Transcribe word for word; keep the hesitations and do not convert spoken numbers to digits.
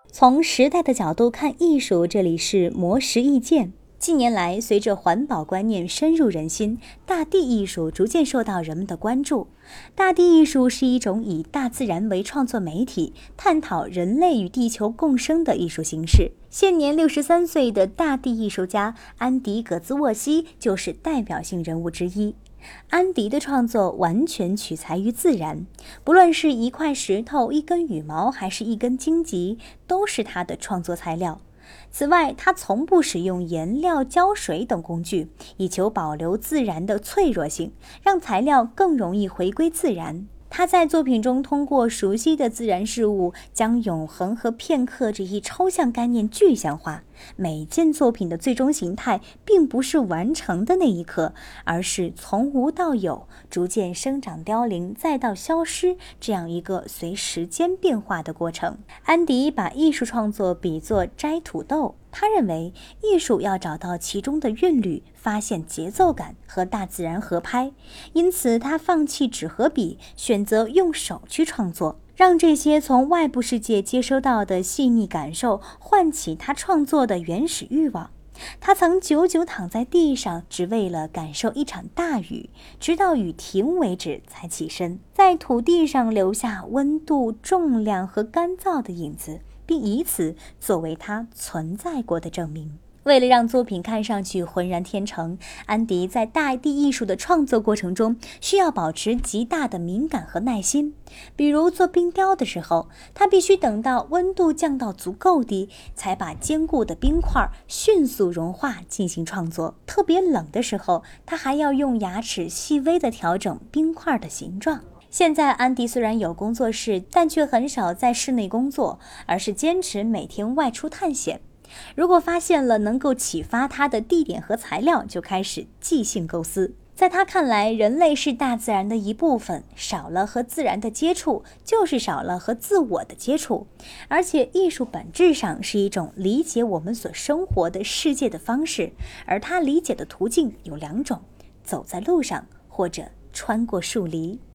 从时代的角度看艺术，这里是魔石意见。近年来，随着环保观念深入人心，大地艺术逐渐受到人们的关注。大地艺术是一种以大自然为创作媒体，探讨人类与地球共生的艺术形式。现年六十三岁的大地艺术家安迪·葛兹沃西就是代表性人物之一。安迪的创作完全取材于自然，不论是一块石头、一根羽毛还是一根荆棘，都是他的创作材料。此外，他从不使用颜料、胶水等工具，以求保留自然的脆弱性，让材料更容易回归自然。他在作品中通过熟悉的自然事物，将永恒和片刻这一抽象概念具象化。每件作品的最终形态并不是完成的那一刻，而是从无到有，逐渐生长凋零，再到消失，这样一个随时间变化的过程。安迪把艺术创作比作摘土豆，他认为艺术要找到其中的韵律，发现节奏感，和大自然合拍，因此他放弃纸和笔，选择用手去创作，让这些从外部世界接收到的细腻感受唤起他创作的原始欲望。他曾久久躺在地上，只为了感受一场大雨，直到雨停为止才起身，在土地上留下温度、重量和干燥的影子，并以此作为他存在过的证明。为了让作品看上去浑然天成，安迪在大地艺术的创作过程中需要保持极大的敏感和耐心。比如做冰雕的时候，他必须等到温度降到足够低，才把坚固的冰块迅速融化进行创作。特别冷的时候，他还要用牙齿细微地调整冰块的形状。现在安迪虽然有工作室，但却很少在室内工作，而是坚持每天外出探险。如果发现了能够启发他的地点和材料，就开始即兴构思。在他看来，人类是大自然的一部分，少了和自然的接触，就是少了和自我的接触。而且艺术本质上是一种理解我们所生活的世界的方式，而他理解的途径有两种：走在路上，或者穿过树篱。